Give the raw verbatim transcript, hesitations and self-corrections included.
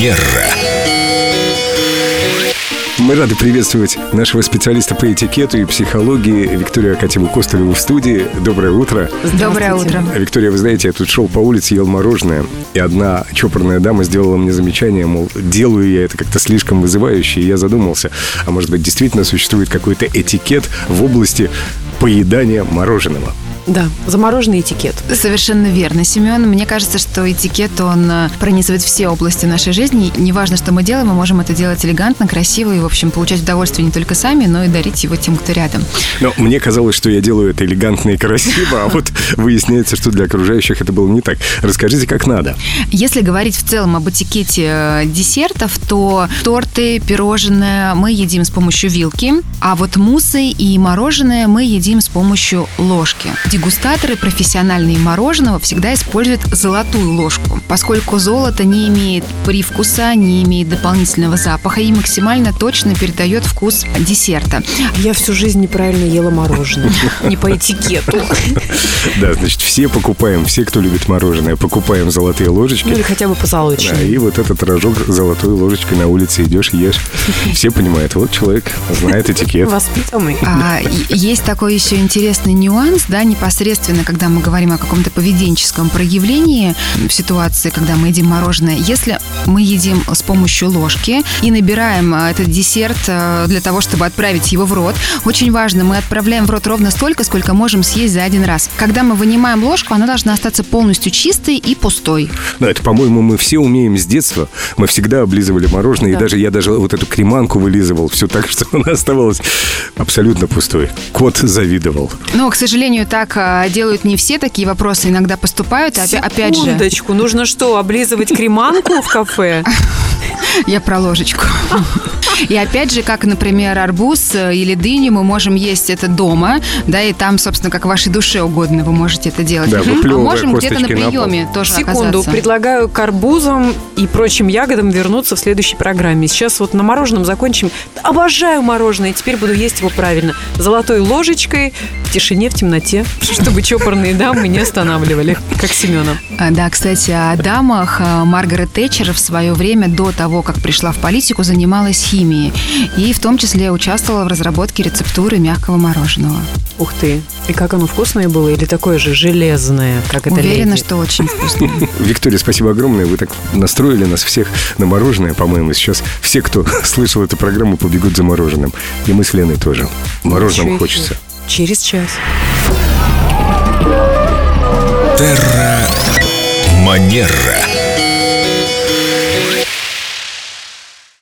Манера. Мы рады приветствовать нашего специалиста по этикету и психологии Викторию Акатьеву-Костылеву в студии. Доброе утро. Доброе утро. Виктория, вы знаете, я тут шел по улице, ел мороженое, и одна чопорная дама сделала мне замечание, мол, делаю я это как-то слишком вызывающе, и я задумался, а может быть, действительно существует какой-то этикет в области поедания мороженого? Да, замороженный этикет. Совершенно верно, Семен. Мне кажется, что этикет, он пронизывает все области нашей жизни. Неважно, что мы делаем, мы можем это делать элегантно, красиво и, в общем, получать удовольствие не только сами, но и дарить его тем, кто рядом. Но мне казалось, что я делаю это элегантно и красиво, а вот выясняется, что для окружающих это было не так. Расскажите, как надо. Если говорить в целом об этикете десертов, то торты, пирожные мы едим с помощью вилки, а вот муссы и мороженое мы едим с помощью ложки. Дегустаторы профессиональные мороженого всегда используют золотую ложку, поскольку золото не имеет привкуса, не имеет дополнительного запаха и максимально точно передает вкус десерта. Я всю жизнь неправильно ела мороженое. Не по этикету. Да, значит, все покупаем, все, кто любит мороженое, покупаем золотые ложечки. Ну или хотя бы позолоченные. Да, и вот этот рожок золотой ложечкой на улице идешь, ешь. Все понимают, вот человек знает этикет. Воспитанный. А, есть такой еще интересный нюанс, да, непосредственно, когда мы говорим о каком-то поведенческом проявлении в ситуации, когда мы едим мороженое. Если мы едим с помощью ложки и набираем этот десерт для того, чтобы отправить его в рот, очень важно, мы отправляем в рот ровно столько, сколько можем съесть за один раз. Когда мы вынимаем ложку, она должна остаться полностью чистой и пустой. Ну, это, по-моему, мы все умеем с детства. Мы всегда облизывали мороженое, да. И даже я даже вот эту креманку вылизывал, все так, что она оставалась абсолютно пустой. Кот завидовал. Но, к сожалению, так делают не все, такие вопросы иногда поступают. Опять же... Секундочку, нужно что, облизывать креманку в кафе? Я про ложечку. И опять же, как, например, арбуз или дыню, мы можем есть это дома, да, и там, собственно, как вашей душе угодно вы можете это делать. Да, а можем где-то на приеме тоже Секунду, оказаться. Предлагаю к арбузам и прочим ягодам вернуться в следующей программе. Сейчас вот на мороженом закончим. Обожаю мороженое, теперь буду есть его правильно. Золотой ложечкой, в тишине, в темноте, чтобы чопорные дамы не останавливали, как Семена. Да, кстати, о дамах. Маргарет Тэтчер в свое время, до того, как пришла в политику, занималась химией. И в том числе участвовала в разработке рецептуры мягкого мороженого. Ух ты. И как оно, вкусное было или такое же железное, как это леди? Уверена, что очень вкусное. Виктория, спасибо огромное. Вы так настроили нас всех на мороженое, по-моему. Сейчас все, кто слышал эту программу, побегут за мороженым. И мы с Леной тоже. Мороженого хочется. Через час. Терра Манера.